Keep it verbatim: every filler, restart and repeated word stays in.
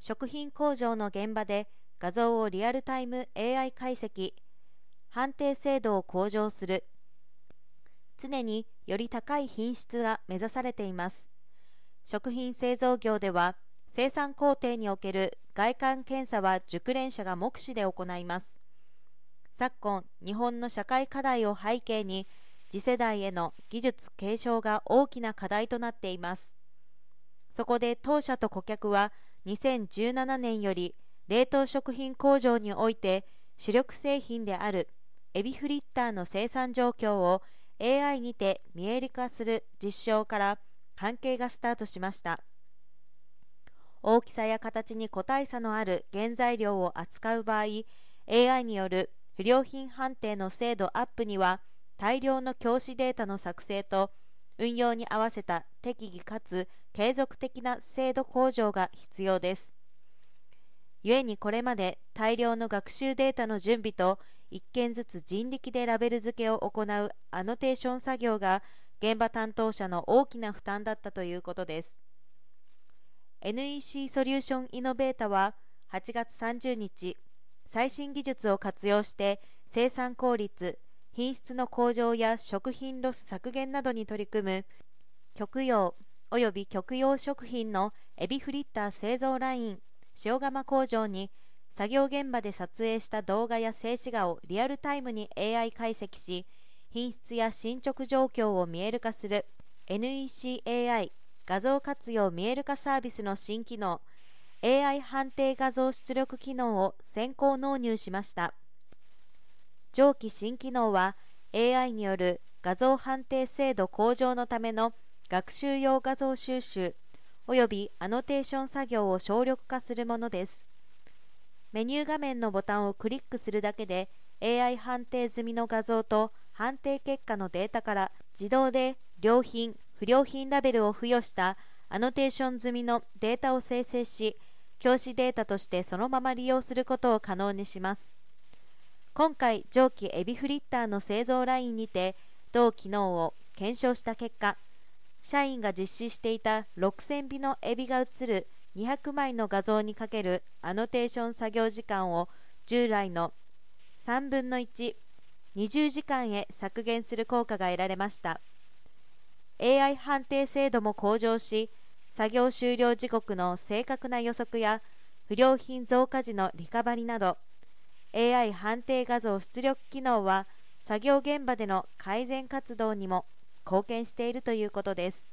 食品工場の現場で画像をリアルタイム エーアイ 解析、判定精度を向上する。常により高い品質が目指されています。食品製造業では、生産工程における外観検査は熟練者が目視で行います。昨今、日本の社会課題を背景に、次世代への技術継承が大きな課題となっています。そこで当社と顧客は、にせんじゅうななねんより冷凍食品工場において主力製品であるエビフリッターの生産状況を エーアイ にて見える化する実証から関係がスタートしました。大きさや形に個体差のある原材料を扱う場合、エーアイ による不良品判定の精度アップには大量の教師データの作成と運用に合わせた適宜かつ継続的な精度向上が必要です。故にこれまで大量の学習データの準備といっけんずつ人力でラベル付けを行うアノテーション作業が現場担当者の大きな負担だったということです。エヌイーシー ソリューションイノベータははちがつさんじゅうにち、最新技術を活用して生産効率、品質の向上や食品ロス削減などに取り組む極洋および極洋食品のエビフリッター製造ライン塩釜工場に作業現場で撮影した動画や静止画をリアルタイムに エーアイ 解析し、品質や進捗状況を見える化する エヌイーシーエーアイ 画像活用見える化サービスの新機能 エーアイ 判定画像出力機能を先行納入しました。上記新機能は エーアイ による画像判定精度向上のための学習用画像収集およびアノテーション作業を省力化するものです。メニュー画面のボタンをクリックするだけで エーアイ 判定済みの画像と判定結果のデータから自動で良品・不良品ラベルを付与したアノテーション済みのデータを生成し、教師データとしてそのまま利用することを可能にします。今回、上記エビフリッターの製造ラインにて同機能を検証した結果、社員が実施していたろくせんびのエビが写るにひゃくまいの画像にかけるアノテーション作業時間を従来のさんぶんのいち、にじゅうじかんへ削減する効果が得られました。エーアイ 判定精度も向上し、作業終了時刻の正確な予測や不良品増加時のリカバリなど、エーアイ 判定画像出力機能は作業現場での改善活動にも貢献しているということです。